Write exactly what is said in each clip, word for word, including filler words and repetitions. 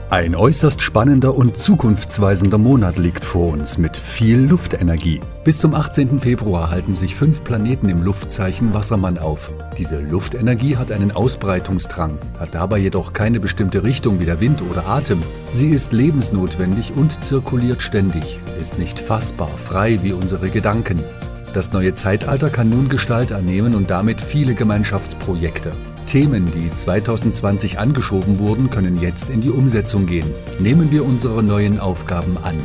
Ein äußerst spannender und zukunftsweisender Monat liegt vor uns mit viel Luftenergie. Bis zum achtzehnten Februar halten sich fünf Planeten im Luftzeichen Wassermann auf. Diese Luftenergie hat einen Ausbreitungsdrang, hat dabei jedoch keine bestimmte Richtung wie der Wind oder Atem. Sie ist lebensnotwendig und zirkuliert ständig, ist nicht fassbar, frei wie unsere Gedanken. Das neue Zeitalter kann nun Gestalt annehmen und damit viele Gemeinschaftsprojekte. Themen, die zweitausendzwanzig angeschoben wurden, können jetzt in die Umsetzung gehen. Nehmen wir unsere neuen Aufgaben an.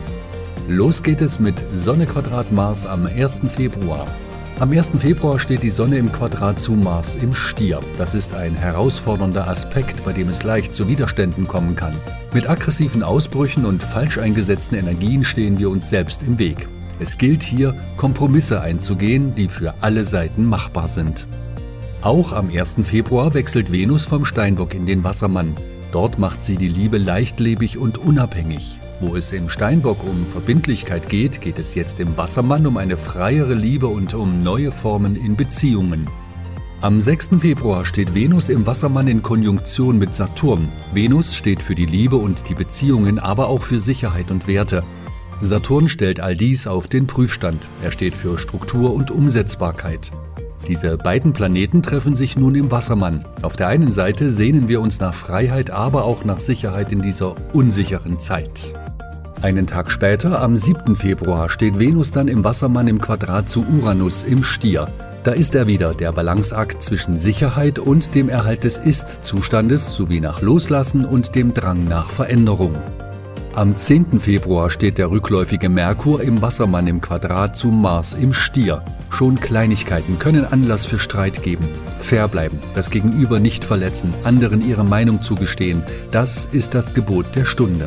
Los geht es mit Sonne Quadrat Mars am ersten Februar. Am ersten Februar steht die Sonne im Quadrat zu Mars im Stier. Das ist ein herausfordernder Aspekt, bei dem es leicht zu Widerständen kommen kann. Mit aggressiven Ausbrüchen und falsch eingesetzten Energien stehen wir uns selbst im Weg. Es gilt hier, Kompromisse einzugehen, die für alle Seiten machbar sind. Auch am ersten Februar wechselt Venus vom Steinbock in den Wassermann. Dort macht sie die Liebe leichtlebig und unabhängig. Wo es im Steinbock um Verbindlichkeit geht, geht es jetzt im Wassermann um eine freiere Liebe und um neue Formen in Beziehungen. Am sechsten Februar steht Venus im Wassermann in Konjunktion mit Saturn. Venus steht für die Liebe und die Beziehungen, aber auch für Sicherheit und Werte. Saturn stellt all dies auf den Prüfstand. Er steht für Struktur und Umsetzbarkeit. Diese beiden Planeten treffen sich nun im Wassermann. Auf der einen Seite sehnen wir uns nach Freiheit, aber auch nach Sicherheit in dieser unsicheren Zeit. Einen Tag später, am siebten Februar, steht Venus dann im Wassermann im Quadrat zu Uranus im Stier. Da ist er wieder, der Balanceakt zwischen Sicherheit und dem Erhalt des Ist-Zustandes sowie nach Loslassen und dem Drang nach Veränderung. Am zehnten Februar steht der rückläufige Merkur im Wassermann im Quadrat zu Mars im Stier. Schon Kleinigkeiten können Anlass für Streit geben. Fair bleiben, das Gegenüber nicht verletzen, anderen ihre Meinung zugestehen, das ist das Gebot der Stunde.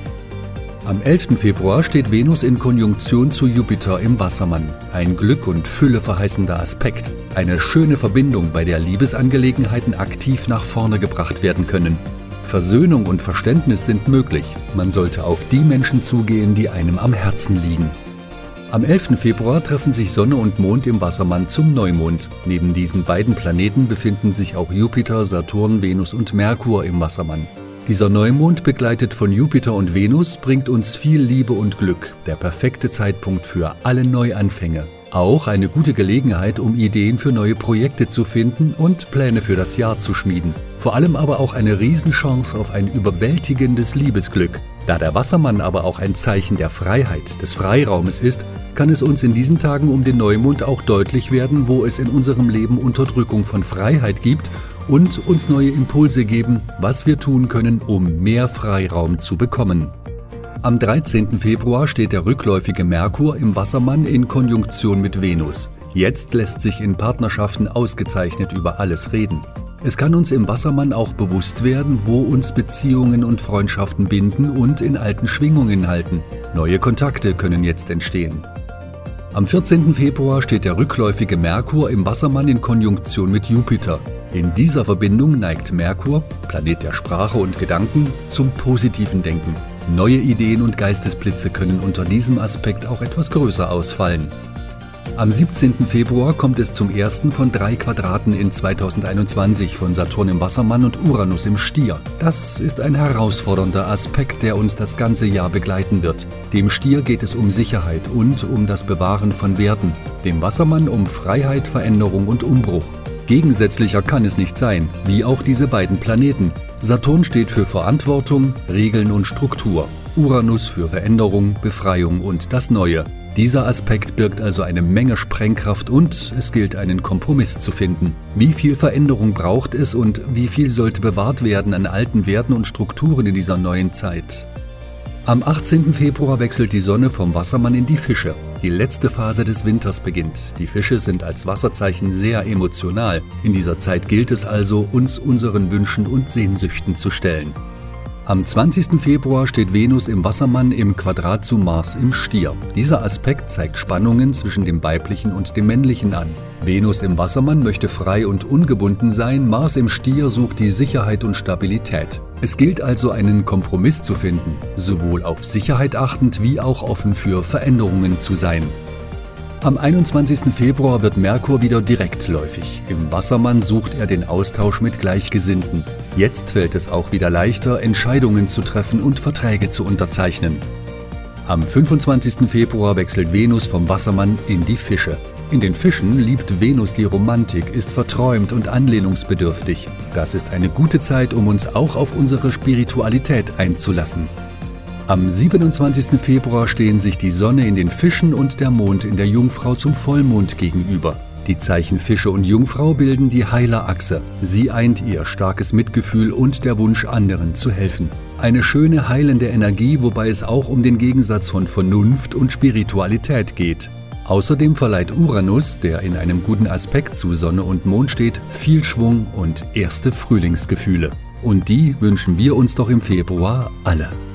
Am elften Februar steht Venus in Konjunktion zu Jupiter im Wassermann. Ein Glück und Fülle verheißender Aspekt. Eine schöne Verbindung, bei der Liebesangelegenheiten aktiv nach vorne gebracht werden können. Versöhnung und Verständnis sind möglich. Man sollte auf die Menschen zugehen, die einem am Herzen liegen. Am elften Februar treffen sich Sonne und Mond im Wassermann zum Neumond. Neben diesen beiden Planeten befinden sich auch Jupiter, Saturn, Venus und Merkur im Wassermann. Dieser Neumond, begleitet von Jupiter und Venus, bringt uns viel Liebe und Glück. Der perfekte Zeitpunkt für alle Neuanfänge. Auch eine gute Gelegenheit, um Ideen für neue Projekte zu finden und Pläne für das Jahr zu schmieden. Vor allem aber auch eine Riesenchance auf ein überwältigendes Liebesglück. Da der Wassermann aber auch ein Zeichen der Freiheit, des Freiraumes ist, kann es uns in diesen Tagen um den Neumond auch deutlich werden, wo es in unserem Leben Unterdrückung von Freiheit gibt und uns neue Impulse geben, was wir tun können, um mehr Freiraum zu bekommen. Am dreizehnten Februar steht der rückläufige Merkur im Wassermann in Konjunktion mit Venus. Jetzt lässt sich in Partnerschaften ausgezeichnet über alles reden. Es kann uns im Wassermann auch bewusst werden, wo uns Beziehungen und Freundschaften binden und in alten Schwingungen halten. Neue Kontakte können jetzt entstehen. Am vierzehnten Februar steht der rückläufige Merkur im Wassermann in Konjunktion mit Jupiter. In dieser Verbindung neigt Merkur, Planet der Sprache und Gedanken, zum positiven Denken. Neue Ideen und Geistesblitze können unter diesem Aspekt auch etwas größer ausfallen. Am siebzehnten Februar kommt es zum ersten von drei Quadraten in zweitausendeinundzwanzig von Saturn im Wassermann und Uranus im Stier. Das ist ein herausfordernder Aspekt, der uns das ganze Jahr begleiten wird. Dem Stier geht es um Sicherheit und um das Bewahren von Werten. Dem Wassermann um Freiheit, Veränderung und Umbruch. Gegensätzlicher kann es nicht sein, wie auch diese beiden Planeten. Saturn steht für Verantwortung, Regeln und Struktur. Uranus für Veränderung, Befreiung und das Neue. Dieser Aspekt birgt also eine Menge Sprengkraft und es gilt, einen Kompromiss zu finden. Wie viel Veränderung braucht es und wie viel sollte bewahrt werden an alten Werten und Strukturen in dieser neuen Zeit? Am achtzehnten Februar wechselt die Sonne vom Wassermann in die Fische. Die letzte Phase des Winters beginnt. Die Fische sind als Wasserzeichen sehr emotional. In dieser Zeit gilt es also, uns unseren Wünschen und Sehnsüchten zu stellen. Am zwanzigsten Februar steht Venus im Wassermann im Quadrat zu Mars im Stier. Dieser Aspekt zeigt Spannungen zwischen dem Weiblichen und dem Männlichen an. Venus im Wassermann möchte frei und ungebunden sein, Mars im Stier sucht die Sicherheit und Stabilität. Es gilt also, einen Kompromiss zu finden, sowohl auf Sicherheit achtend wie auch offen für Veränderungen zu sein. Am einundzwanzigsten Februar wird Merkur wieder direktläufig. Im Wassermann sucht er den Austausch mit Gleichgesinnten. Jetzt fällt es auch wieder leichter, Entscheidungen zu treffen und Verträge zu unterzeichnen. Am fünfundzwanzigsten Februar wechselt Venus vom Wassermann in die Fische. In den Fischen liebt Venus die Romantik, ist verträumt und anlehnungsbedürftig. Das ist eine gute Zeit, um uns auch auf unsere Spiritualität einzulassen. Am siebenundzwanzigsten Februar stehen sich die Sonne in den Fischen und der Mond in der Jungfrau zum Vollmond gegenüber. Die Zeichen Fische und Jungfrau bilden die Heilerachse. Sie eint ihr starkes Mitgefühl und der Wunsch, anderen zu helfen. Eine schöne heilende Energie, wobei es auch um den Gegensatz von Vernunft und Spiritualität geht. Außerdem verleiht Uranus, der in einem guten Aspekt zu Sonne und Mond steht, viel Schwung und erste Frühlingsgefühle. Und die wünschen wir uns doch im Februar alle.